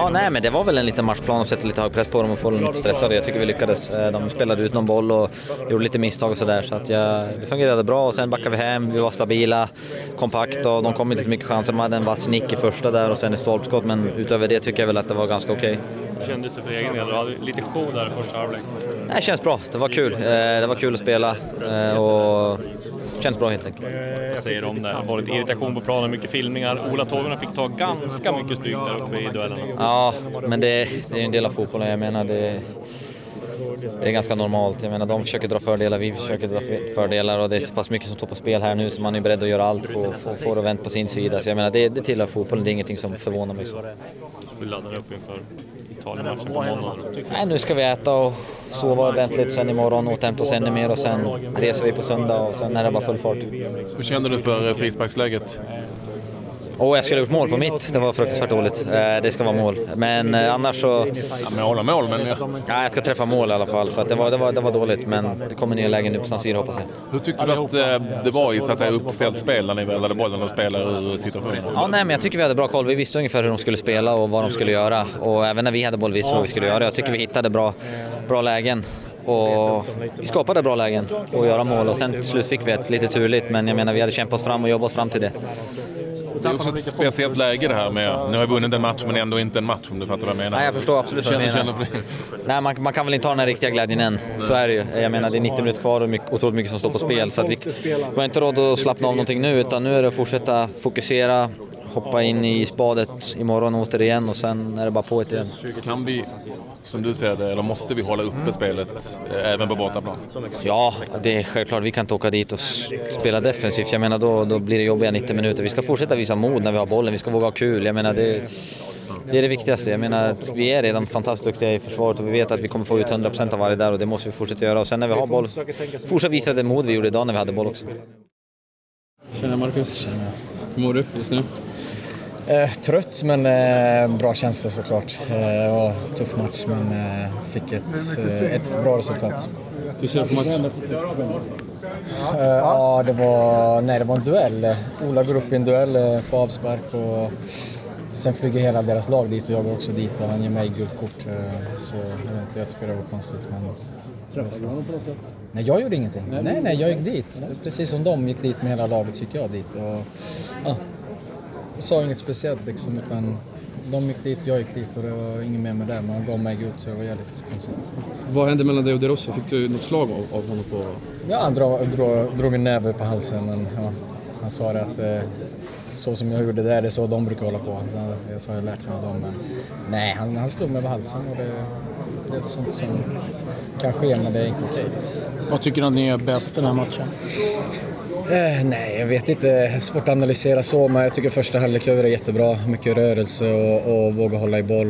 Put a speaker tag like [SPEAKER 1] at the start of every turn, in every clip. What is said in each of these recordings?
[SPEAKER 1] Ja, nej, men det var väl en liten matchplan och sätta lite hög press på dem och få dem lite stressade. Jag tycker vi lyckades. De spelade ut någon boll och gjorde lite misstag och sådär. Så att det fungerade bra och sen backade vi hem. Vi var stabila, kompakt och de kom inte till mycket chanser. De hade en vass nick i första där och sen ett stolpskott. Men utöver det tycker jag väl att det var ganska okej.
[SPEAKER 2] Kändes det för egen del? Du hade lite show där i första halvlek.
[SPEAKER 1] Det känns bra. Det var kul. Det var kul att spela och känns bra helt enkelt.
[SPEAKER 2] Jag säger om det. Det var lite irritation på planen, mycket filmningar. Ola Toivonen fick ta ganska mycket stryk där uppe i duellerna.
[SPEAKER 1] Ja, men det är en del av fotbollen. Jag menar, det är ganska normalt. Jag menar, de försöker dra fördelar, vi försöker dra fördelar och det är så pass mycket som står på spel här nu så man är beredd att göra allt för att få det vänt på sin sida. Så jag menar, det tillhör fotbollen. Det är ingenting som förvånar mig så.
[SPEAKER 2] Vi laddar upp inför Italien-matchen på måndag.
[SPEAKER 1] Nej, nu ska vi äta och sova ordentligt, sen imorgon återhämta oss ännu mer och sen reser vi på söndag och sen är det bara full fart.
[SPEAKER 3] Hur kände du för frisparksläget?
[SPEAKER 1] Jag skulle ha gjort mål på mitt, det var fruktansvärt dåligt. Det ska vara mål, men annars så...
[SPEAKER 3] Ja, mål, men...
[SPEAKER 1] Ja, jag ska träffa mål i alla fall, så att det var dåligt, men det kommer nya lägen nu på San Siro, hoppas jag.
[SPEAKER 3] Hur tyckte du att det var i så att säga uppställt spel när ni väl bollen och spelade ur situationen?
[SPEAKER 1] Ja, nej, men jag tycker vi hade bra koll. Vi visste ungefär hur de skulle spela och vad de skulle göra. Och även när vi hade boll visste vad vi skulle göra. Jag tycker vi hittade bra lägen. Och vi skapade bra lägen och göra mål. Och sen till slut fick vi ett lite turligt, men jag menar vi hade kämpat oss fram och jobbat oss fram till det.
[SPEAKER 3] Det är också ett speciellt läge det här med, nu har vi vunnit en match men ändå inte en match, om du fattar vad jag menar.
[SPEAKER 1] Nej, jag förstår absolut vad du menar. Nej, man kan väl inte ta den här riktiga glädjen än. Så är det ju. Jag menar, det är 90 minuter kvar och otroligt mycket som står på spel. Så att vi har inte råd att slappna av någonting nu, utan nu är det att fortsätta fokusera, hoppa in i spadet imorgon återigen och sen är det bara på ett igen.
[SPEAKER 3] Kan vi, som du säger det, eller måste vi hålla uppe spelet även på bortaplan?
[SPEAKER 1] Ja, det är självklart. Vi kan inte åka dit och spela defensivt. Jag menar, då blir det jobbiga 90 minuter. Vi ska fortsätta visa mod när vi har bollen. Vi ska våga ha kul. Jag menar, det är det viktigaste. Jag menar, vi är redan fantastiskt duktiga i försvaret och vi vet att vi kommer få ut 100% av varje där och det måste vi fortsätta göra. Och sen när vi har boll, fortsätta visa det mod vi gjorde idag när vi hade boll också.
[SPEAKER 4] Tjena Marcus. Tjena. Hur mår du just nu?
[SPEAKER 5] Trött men bra känsla såklart. Det var en tuff match men fick ett bra resultat.
[SPEAKER 4] Hur ser du på matchen?
[SPEAKER 5] Ja, det var en duell. Ola går upp i en duell på avspark och sen flyger hela deras lag dit och jag går också dit och han ger mig guldkort. Så jag tycker det var konstigt. Men träffade du honom på något sätt? Nej, jag gjorde ingenting. Nej, jag gick dit. Precis som de gick dit med hela laget så gick jag dit. Och, jag sa inget speciellt liksom, utan de gick dit, jag gick dit och det var ingen mer med det. Man gav mig guld så det var jävligt konstigt.
[SPEAKER 4] Vad hände mellan dig och De Rossi? Fick du något slag av honom på?
[SPEAKER 5] Ja, han drog en näve på halsen men ja, han sa det att så som jag gjorde där, det är så de brukar hålla på. Så jag sa jag lärt mig av dem men nej, han slog mig på halsen och det är sånt som kan ske men det är inte okej. Liksom.
[SPEAKER 4] Vad tycker du att ni är bäst den här matchen?
[SPEAKER 5] Nej, jag vet inte. Svårt att analysera så, men jag tycker första halvlek gör det jättebra. Mycket rörelse och våga hålla i boll.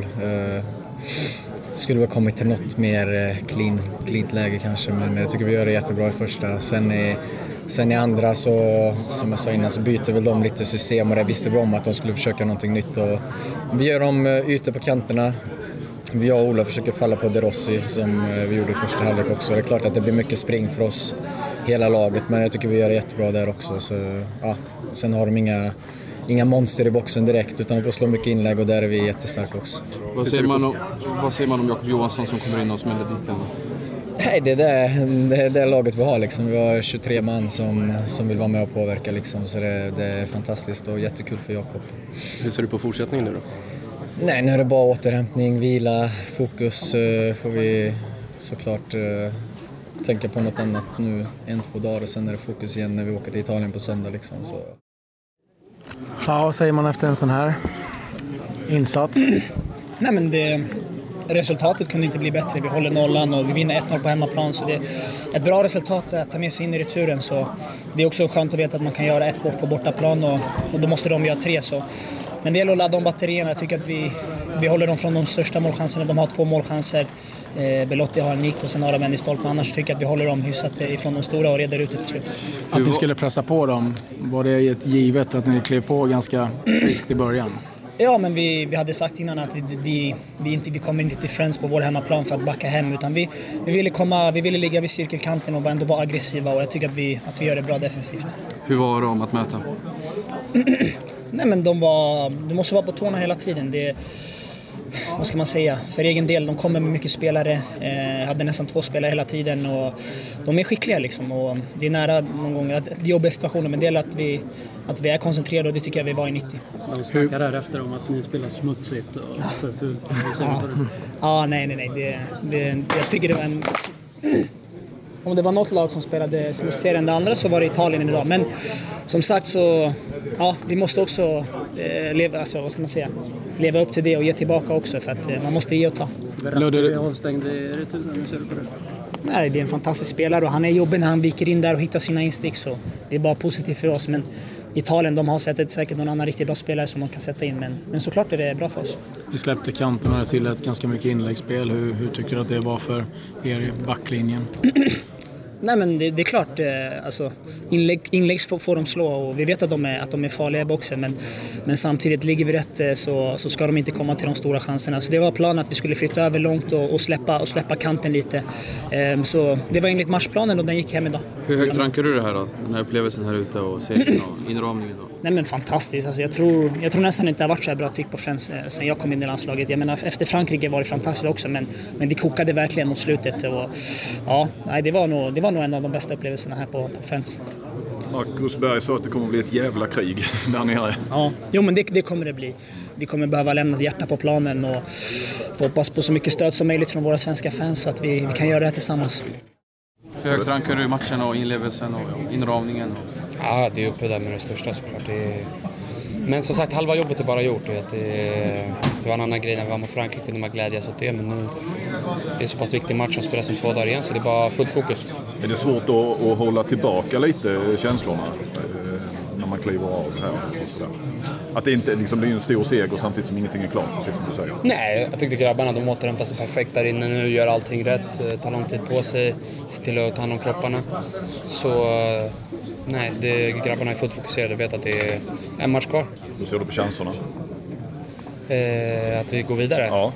[SPEAKER 5] Skulle väl kommit till något mer cleant läge kanske, men jag tycker vi gör det jättebra i första. Sen i andra så, som jag sa innan, så byter väl de lite system och det visste vi om att de skulle försöka någonting nytt. Och vi gör dem ute på kanterna. Vi och Ola försöker falla på De Rossi som vi gjorde i första halvlek också. Det är klart att det blir mycket spring för oss, hela laget, men jag tycker vi gör det jättebra där också. Så, ja. Sen har de inga monster i boxen direkt utan de får slå mycket inlägg och där är vi jättestarka också.
[SPEAKER 4] Vad säger man om Jakob Johansson som kommer in och smäller dit henne?
[SPEAKER 5] Nej, det är det laget vi har liksom. Vi har 23 man som vill vara med och påverka liksom. Så det är fantastiskt och jättekul för Jakob.
[SPEAKER 4] Hur ser du på fortsättningen nu då?
[SPEAKER 5] Nej, nu är det bara återhämtning, vila, fokus. Får vi såklart tänka på något annat nu 1-2 dagar och sen är det fokus igen när vi åker till Italien på söndag liksom. Så.
[SPEAKER 6] Ja, vad säger man efter en sån här insats?
[SPEAKER 7] Nej, men resultatet kunde inte bli bättre. Vi håller nollan och vi vinner 1-0 på hemmaplan. Så det är ett bra resultat att ta med sig in i returen. Så det är också skönt att veta att man kan göra 1 bort på bortaplan och då måste de göra 3. Så. Men det gäller att ladda om batterierna. Jag tycker att vi håller dem från de största målchanserna. De har 2 målchanser. Belotti har en nick och sen har de en i stolpen. Annars tycker jag att vi håller dem hyfsat ifrån de stora och reder ut det till slut.
[SPEAKER 6] Att ni skulle pressa på dem, var det ett givet att ni klev på ganska friskt i början?
[SPEAKER 7] Ja, men vi hade sagt innan att vi kommer inte till Friends på vår hemmaplan för att backa hem, utan vi ville ligga vid cirkelkanten och ändå vara aggressiva, och jag tycker att vi gör det bra defensivt.
[SPEAKER 4] Hur var de att möta?
[SPEAKER 7] Nej, men du måste vara på tårna hela tiden. vad ska man säga, för egen del, de kommer med mycket spelare, hade nästan 2 spelare hela tiden och de är skickliga liksom, och det är nära någon gång att det är jobbiga situationer, men det är att vi är koncentrerade och det tycker jag vi var i 90.
[SPEAKER 8] De snackar där efter om att ni spelar smutsigt och för fult.
[SPEAKER 7] Nej. Jag tycker det var om det var något lag som spelade smutsigare än det andra så var det Italien idag. Men som sagt så, vi måste också leva upp till det och ge tillbaka också, för att man måste ge och ta.
[SPEAKER 8] Lödde är avstängd i returen, ser du på det?
[SPEAKER 7] Nej, det är en fantastisk spelare och han är jobbig när han viker in där och hittar sina instick, så det är bara positivt för oss. Men Italien, de har säkert någon annan riktigt bra spelare som de kan sätta in, men såklart är det bra för oss.
[SPEAKER 6] Vi släppte kanterna till ett ganska mycket inläggsspel. Hur tycker du att det var för er i backlinjen?
[SPEAKER 7] Nej, men det är klart, alltså, inlägg får de slå och vi vet att de är farliga i boxen, men samtidigt ligger vi rätt så ska de inte komma till de stora chanserna. Så det var planen att vi skulle flytta över långt och släppa kanten lite. Så det var enligt matchplanen och den gick hem idag.
[SPEAKER 4] Hur högt rankar du det här då? Den här upplevelsen här ute och serien och inramningen då?
[SPEAKER 7] Nej, men fantastiskt. Alltså, jag tror nästan inte det har varit så här bra tryck på Friends sen jag kom in i landslaget. Jag menar, efter Frankrike var det fantastiskt också, men det kokade verkligen mot slutet. Och, det var nog en av de bästa upplevelserna här på Friends.
[SPEAKER 9] Marcus Berg sa att det kommer att bli ett jävla krig där nere.
[SPEAKER 7] Ja, men det kommer det bli. Vi kommer behöva lämna ett hjärta på planen och få hoppas på så mycket stöd som möjligt från våra svenska fans så att vi kan göra det här tillsammans.
[SPEAKER 4] Hur högt rankar du matchen och inlevelsen och inramningen?
[SPEAKER 10] Ja, det är uppe där med det största såklart. Men som sagt, halva jobbet är bara gjort. Det var en annan grej när vi var mot Frankrike, när man glädjas åt det. Men nu det är så pass viktig match att spela som 2 dagar igen, så det är bara fullt fokus.
[SPEAKER 9] Är det svårt att hålla tillbaka lite känslorna när man kliver av här och sådär? Att det inte liksom, det är en stor seger samtidigt som ingenting är klart, precis som du säger.
[SPEAKER 10] Nej, jag tyckte grabbarna, de återhämtar sig perfekt där inne nu, gör allting rätt, tar lång tid på sig, ser till att ta hand om kropparna. Så nej, grabbarna är fullt fokuserade och vet att det är en match kvar.
[SPEAKER 9] Hur ser du på chanserna?
[SPEAKER 10] Att vi går vidare?
[SPEAKER 9] Ja.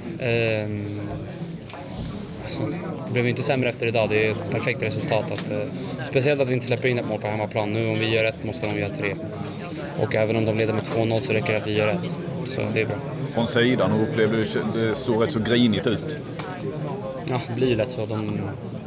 [SPEAKER 10] Det blev ju inte sämre efter idag, det är ett perfekt resultat. Speciellt att vi inte släpper in ett mål på hemmaplan. Nu om vi gör 1 måste de göra 3. Och även om de leder med 2-0 så räcker det att vi gör 1. Så det är bra.
[SPEAKER 9] Från sidan, hur upplevde du det? Såg rätt så grinigt ut.
[SPEAKER 10] Ja, det blir ju lätt så. Jag vet inte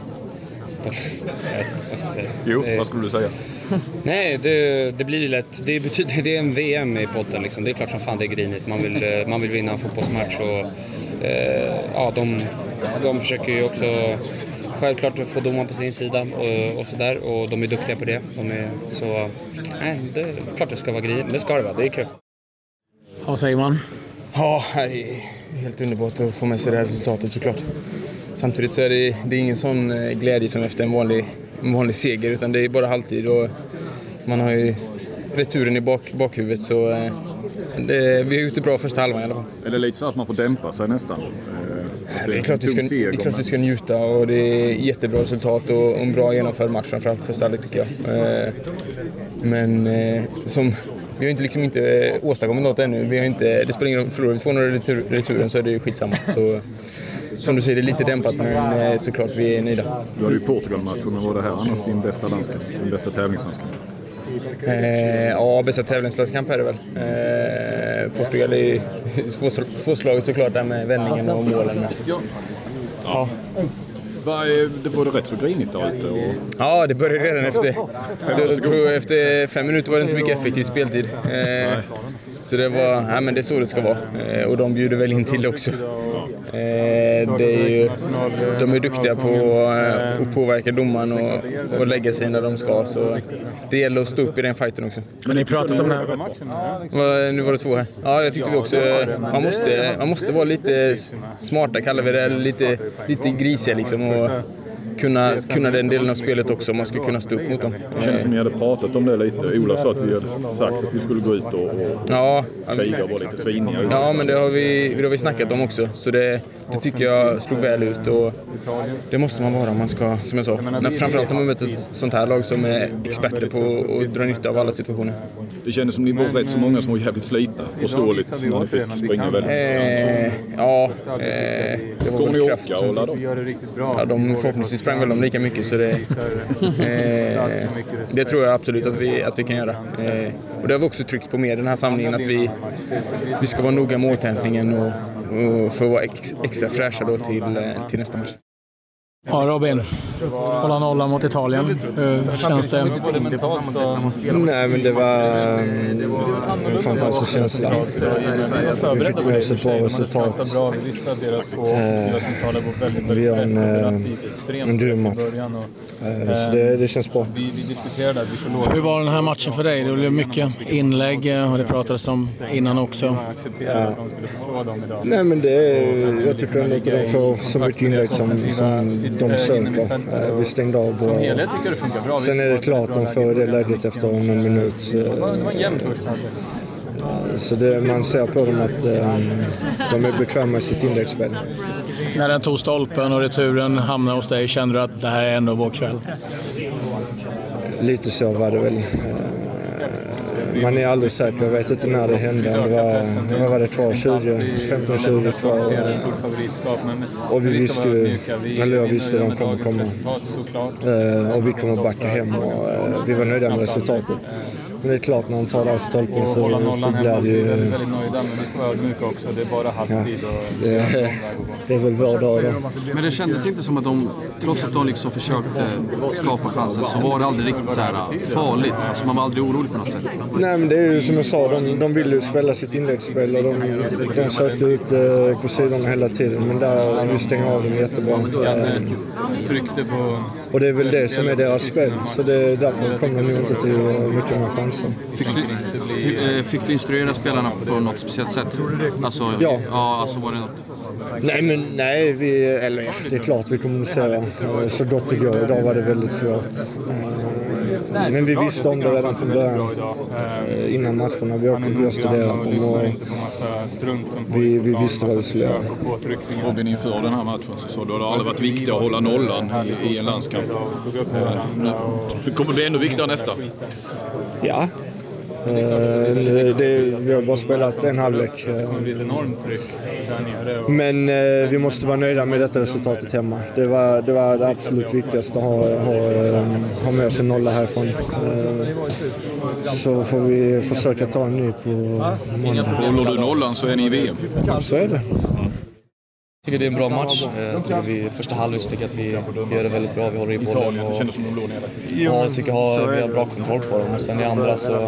[SPEAKER 10] vad jag ska säga.
[SPEAKER 9] Vad skulle du säga?
[SPEAKER 10] Nej, det blir lätt. Det är en VM i potten liksom. Det är klart som fan det är grinigt. Man vill vinna en fotbollsmatch och de försöker ju också självklart få domaren på sin sida och sådär, och de är duktiga på det. Det är klart det ska vara grinigt, men det ska det vara. Det är kul.
[SPEAKER 6] Vad säger man?
[SPEAKER 11] Ja, det är helt underbart att få med sig det här resultatet såklart. Samtidigt så är det ingen sån glädje som efter en vanlig seger, utan det är bara halvtid och man har ju returen i bakhuvudet, så vi är ute bra första halvan i alla fall.
[SPEAKER 9] Är det lite så att man får dämpa sig nästan?
[SPEAKER 11] Det är klart vi ska njuta, och det är jättebra resultat och en bra genomförd match framförallt första halvlek tycker jag. Men vi har inte åstadkommit något ännu. Det spelar ingen roll, förlorar vi 2-0 returen så är det ju skitsamma. Så, som du säger, det är lite dämpat, men såklart vi är nöjda.
[SPEAKER 9] Du hade ju Portugal-matchen, men var det här annars din bästa landskamp? Din bästa tävlingslandskamp?
[SPEAKER 11] Bästa tävlingslandskamp är det väl. Portugal är svårslaget såklart där med vändningen och målen.
[SPEAKER 9] Ja. Det var rätt så grinigt där ute.
[SPEAKER 11] Ja, det började redan efter 5 minuter var det inte mycket effektiv speltid. Så det var, men det är så det ska vara. Och de bjuder väl in till också. De är duktiga på att påverka domaren och lägga sig när de ska. Så det gäller att stå upp i den fighten också.
[SPEAKER 6] Men ni pratat om den här matchen?
[SPEAKER 11] Nu var det 2 här. Ja, jag tyckte vi också. Man måste vara lite smarta, kallar vi det. Lite grisiga liksom. Och kunna den delen av spelet också, om man ska kunna stå upp mot dem.
[SPEAKER 9] Det känns som ni hade pratat om det lite. Ola sa att vi hade sagt att vi skulle gå ut och kriga och vara lite sviniga.
[SPEAKER 11] Ja, men det har vi snackat om också. Så det tycker jag slog väl ut, och det måste man vara om man ska, som jag sa. Framförallt om man möter ett sånt här lag som är experter på att dra nytta av alla situationer.
[SPEAKER 9] Det kändes som ni var rätt så många som var jävligt slitna. Förståeligt när ni fick springa väldigt.
[SPEAKER 11] Det var väl kraft som de förhoppningsvis sprang väl lika mycket, så det tror jag absolut att vi kan göra. Och det har vi också tryckt på mer den här samlingen, att vi ska vara noga med återhämtningen och för att vara extra fräscha då till nästa match.
[SPEAKER 6] Ja, Robin. Hålla nollan mot Italien. Hur känns det?
[SPEAKER 12] Nej, men det var en fantastisk känsla. Vi fick med oss ett bra resultat. Vi har en grym match. Så det känns bra.
[SPEAKER 6] Hur var den här matchen för dig? Det blev mycket inlägg och det pratades om innan också.
[SPEAKER 12] Ja. Nej, men jag tycker ändå att de får så mycket inlägg som de söker. Vi stängde av bra. Sen är det klart att de får det läget efter någon minut. Så man ser på dem att de är bekväma i sitt inläggsspel.
[SPEAKER 6] När den tog stolpen och returen hamnade hos dig, kände du att det här är ändå vår kväll?
[SPEAKER 12] Lite så var det väl. Man är aldrig säker, jag vet inte när det hände. Vad var det kvar? 15-20 kvar. Och vi visste ju, eller jag visste att de kommer komma. Och vi kommer backa hem och vi var nöjda med resultatet. Men det är klart, när de tar av stolpen så blir det ju... väldigt nöjda, men vi ska vara ödmjuka också. Det är bara halvtid. Det är väl vår dag då.
[SPEAKER 4] Men det kändes inte som att de, trots att de liksom försökte skapa chanser, så var det aldrig riktigt så här farligt. Alltså man var aldrig orolig på något sätt.
[SPEAKER 12] Nej, men det är ju som jag sa, de ville ju spela sitt inläggsspel och de sökte ut på sidorna hela tiden. Men där vi stänger av dem jättebra.
[SPEAKER 4] Tryckte på...
[SPEAKER 12] Och det är väl det som är deras spel. Så därför kommer de inte till mycket mer chanser.
[SPEAKER 4] Fick du instruera spelarna på något speciellt sätt? Alltså,
[SPEAKER 12] ja.
[SPEAKER 4] Alltså var det något?
[SPEAKER 12] Nej, det är klart vi kommunicerar så gott det går. Idag var det väldigt svårt. Men vi visste om det redan från början. Innan matcherna. Vi har studerat dem och vi visste vad vi skulle göra.
[SPEAKER 9] Robin, inför den här matchen så sa du att det aldrig varit viktigt att hålla nollan i en landskamp. Det kommer bli ännu viktigare nästa.
[SPEAKER 12] Ja. Vi har bara spelat en halvlek. Men vi måste vara nöjda med detta resultatet hemma. Det var det absolut viktigaste att ha med oss en nolla härifrån. Så får vi försöka ta en ny på måndag.
[SPEAKER 9] Håller du nollan så är ni i VM.
[SPEAKER 12] Så är det.
[SPEAKER 13] Jag tycker det är en bra match. Jag tycker första halvlek tycker jag att vi gör det väldigt bra. Vi håller i bollen och jag tycker vi har bra kontroll på dem. Och sen i andra så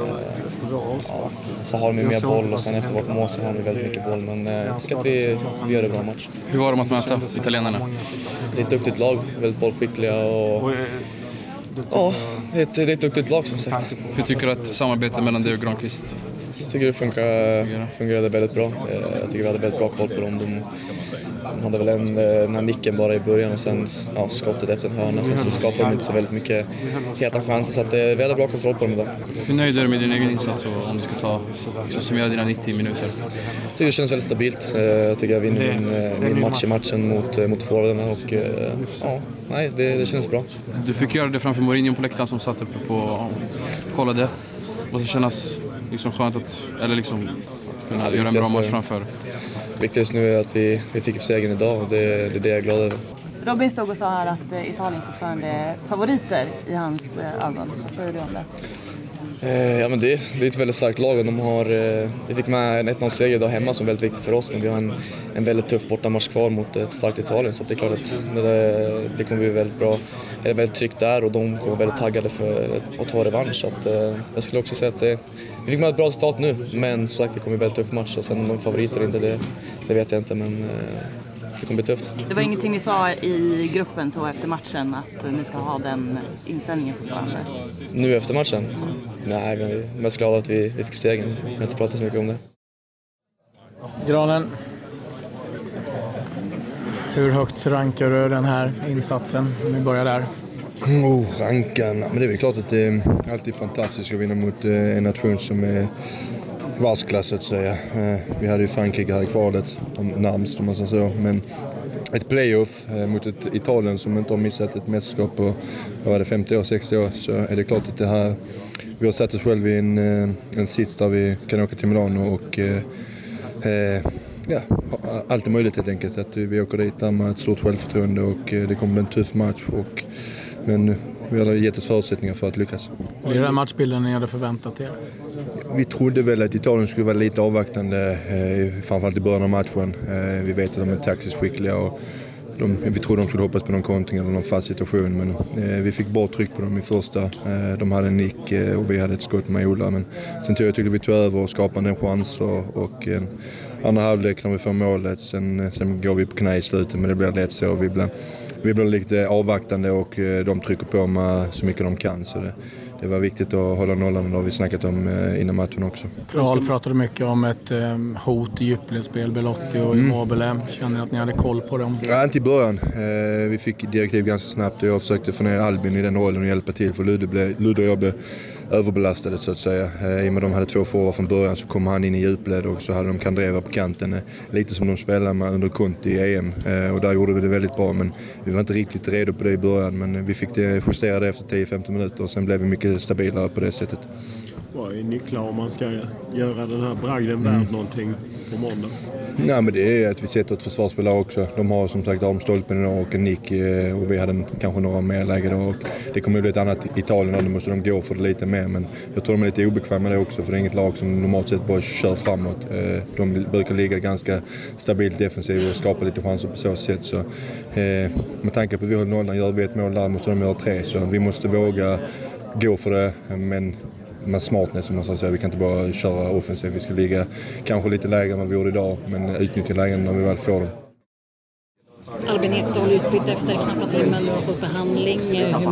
[SPEAKER 13] har de mer boll och sen efter vårt mål så har vi väldigt mycket boll. Men jag tycker att vi gör en bra match.
[SPEAKER 4] Hur var de att möta italienarna?
[SPEAKER 13] Det är ett duktigt lag, väldigt bollskickliga och ja, det är ett duktigt lag som sagt.
[SPEAKER 4] Hur tycker du att samarbetet mellan dig och Granqvist?
[SPEAKER 13] Jag tycker det fungerade väldigt bra. Jag tycker vi hade väldigt bra koll på dem. De hade väl den här nicken bara i början och sen skottet efter en hörna. Sen så skapade de inte så väldigt mycket heta chanser så att vi hade bra kontroll på dem idag.
[SPEAKER 4] Hur nöjd är du med din egen insats och om du ska summera dina 90 minuter?
[SPEAKER 13] Jag tycker det känns väldigt stabilt. Jag tycker jag vinner min match i matchen mot forwardarna och det känns bra.
[SPEAKER 4] Du fick göra det framför Mourinho på läktaren som satt uppe och kollade. Och så kännas liksom skönt att kunna göra en bra match framför.
[SPEAKER 13] Viktigast nu är att vi fick segern idag och det är det jag är glad över.
[SPEAKER 14] Robin stod och sa här att Italien fortfarande är favoriter i hans ögon. Vad säger du om det?
[SPEAKER 13] Ja, men det är ett väldigt starkt lag. Vi fick med en 1-0-seger idag hemma som är väldigt viktigt för oss. Men vi har en väldigt tuff bortamatch kvar mot ett starkt Italien. Så det är klart att det kommer bli väldigt bra. Det är väldigt tryggt där och de kommer väldigt taggade för att ta revansch. Så att, jag skulle också säga att vi fick med ett bra resultat nu. Men som sagt, det kommer bli en väldigt tuff match. Och sen om de favoriter inte, det vet jag inte. Men det kommer bli tufft.
[SPEAKER 14] Det var ingenting ni sa i gruppen så efter matchen att ni ska ha den inställningen fortfarande?
[SPEAKER 13] Nu efter matchen? Nej, men vi är mest glada att vi fick segern. Vi har inte pratat så mycket om det.
[SPEAKER 6] Granen. Hur högt rankar du den här insatsen? Om vi börjar där.
[SPEAKER 12] Rankan. Men det är väl klart att det är alltid fantastiskt att vinna mot en nation som är världsklass så att säga. Vi hade ju Frankrike här i kvalet, närmst om man säger så. Men ett playoff mot ett Italien som inte har missat ett mästerskap på 50 år, 60 år, så är det klart att det här, vi har satt oss själv i en sits där vi kan åka till Milano och allt är möjligt helt enkelt. Att vi åker dit där med ett stort självförtroende och det kommer bli en tuff match. Men vi har gett oss förutsättningar för att lyckas.
[SPEAKER 6] Blir det den matchbilden ni hade förväntat er?
[SPEAKER 12] Vi trodde väl att Italien skulle vara lite avvaktande, framförallt i början av matchen. Vi vet att de är taktiskt skickliga och vi trodde de skulle hoppas på någon kontring eller någon fast situation, men vi fick bra tryck på dem i första. De hade en nick och vi hade ett skott med Ola, men sen tyckte vi tog över och skapade en chans och andra halvlek när vi får målet, sen går vi på knä i slutet, men det blir lätt så. Vi blir lite avvaktande och de trycker på med så mycket de kan, så det var viktigt att hålla nollan, och det har vi snackat om innan matchen också.
[SPEAKER 6] Raul pratade mycket om ett hot i djupledsspel, Belotti och Immobile. Känner ni att ni hade koll på dem?
[SPEAKER 12] Ja, inte i början. Vi fick direktiv ganska snabbt och jag försökte få ner Albin i den rollen och hjälpa till, för Ludde och jag blev överbelastade så att säga. I och med de hade 2 forward från början så kom han in i djupled och så hade de Kandreva på kanten. Lite som de spelade med under Conti i EM. Och där gjorde vi det väldigt bra, men vi var inte riktigt redo på det i början. Men vi fick det justerade efter 10-15 minuter och sen blev vi mycket stabilare på det sättet.
[SPEAKER 15] Vad är nycklar om man ska göra den här bragden värd någonting på måndag?
[SPEAKER 12] Nej, men det är att vi sätter ett försvarsspelare också. De har som sagt armstolpen idag och en nick, och vi hade kanske några mer läge då. Och det kommer bli ett annat Italien och då måste de gå för det lite mer. Men jag tror de är lite obekväma med det också, för det är inget lag som normalt sett bara kör framåt. De brukar ligga ganska stabilt defensivt och skapa lite chanser på så sätt. Så, med tanke på att vi har nollan, gör vi ett mål där måste de göra 3. Så vi måste våga gå för det, men med smartness som man säger. Vi kan inte bara köra offensivt. Vi ska ligga kanske lite lägre än vad vi gjorde idag, men utnyttja lägen när vi väl får dem.
[SPEAKER 16] Albin Ekdal utbytt efter knappt timmen och har fått behandling. Hur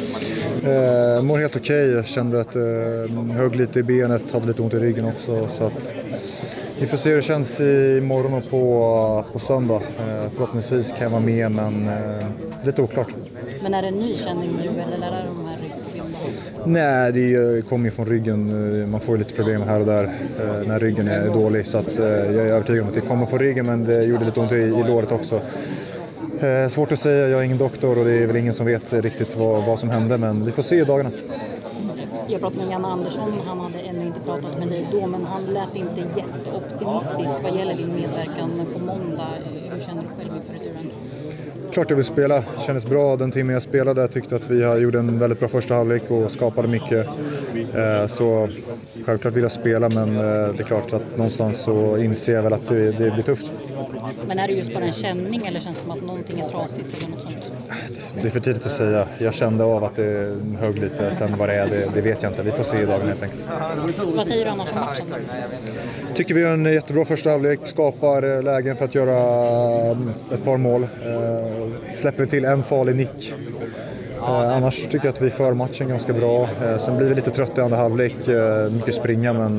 [SPEAKER 16] mår du?
[SPEAKER 17] Mår helt okej. Jag kände att högg lite i benet, hade lite ont i ryggen också. Så att vi får se hur det känns imorgon och på söndag. Förhoppningsvis kan jag vara med, men lite oklart.
[SPEAKER 16] Men är det en ny känning nu eller är det de här ryggen?
[SPEAKER 17] Nej, det kommer ju från ryggen. Man får ju lite problem här och där när ryggen är dålig. Så att, jag är övertygad om att det kommer från ryggen, men det gjorde lite ont i låret också. Svårt att säga, jag är ingen doktor och det är väl ingen som vet riktigt vad som hände, men vi får se i dagarna.
[SPEAKER 16] Jag pratade med Janne Andersson, han hade ännu inte pratat med dig då, men han lät inte jätteoptimistisk vad gäller din medverkan på måndag. Hur känner du själv inför returen?
[SPEAKER 17] Klart jag vill spela, det kändes bra den timmen jag spelade. Jag tyckte att vi gjorde en väldigt bra första halvlek och skapade mycket. Så självklart vill jag spela, men det är klart att någonstans så inser jag väl att det blir tufft.
[SPEAKER 16] Men är det just bara en känning eller känns det som att någonting är trasigt eller något sånt?
[SPEAKER 17] Det är för tidigt att säga. Jag kände av att det högg lite. Sen vad det är, det vet jag inte. Vi får se i dagen helt enkelt.
[SPEAKER 16] Vad säger du annars om matchen?
[SPEAKER 17] Tycker vi gör en jättebra första halvlek. Skapar lägen för att göra ett par mål. Släpper till en farlig nick. Annars tycker jag att vi för matchen ganska bra. Sen blir vi lite trötta i andra halvlek. Mycket springa, men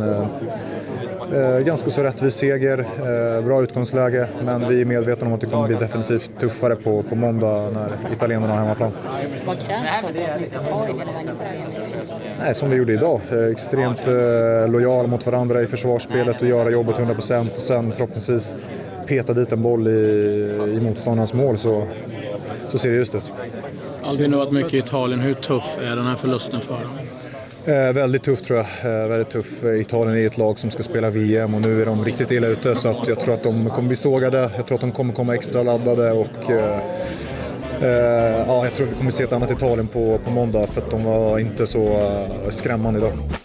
[SPEAKER 17] ganska så rättvis seger. Bra utgångsläge, men vi är medvetna om att det kommer bli definitivt tuffare på måndag när italienarna har hemmaplan.
[SPEAKER 16] Vad krävs då för att ni ska ta er hela vägen till det?
[SPEAKER 17] Nej, som vi gjorde idag. Extremt lojal mot varandra i försvarsspelet och göra jobbet 100%. Och sen förhoppningsvis peta dit en boll i motståndarens mål, så ser det just ut.
[SPEAKER 6] Albin, du har varit mycket i Italien. Hur tuff är den här förlusten för dem?
[SPEAKER 17] Väldigt tuff tror jag. Väldigt tuff. Italien är ett lag som ska spela VM och nu är de riktigt illa ute, så att jag tror att de kommer bli sågade. Jag tror att de kommer komma extra laddade och jag tror att vi kommer se ett annat Italien på måndag, för att de var inte så skrämmande idag.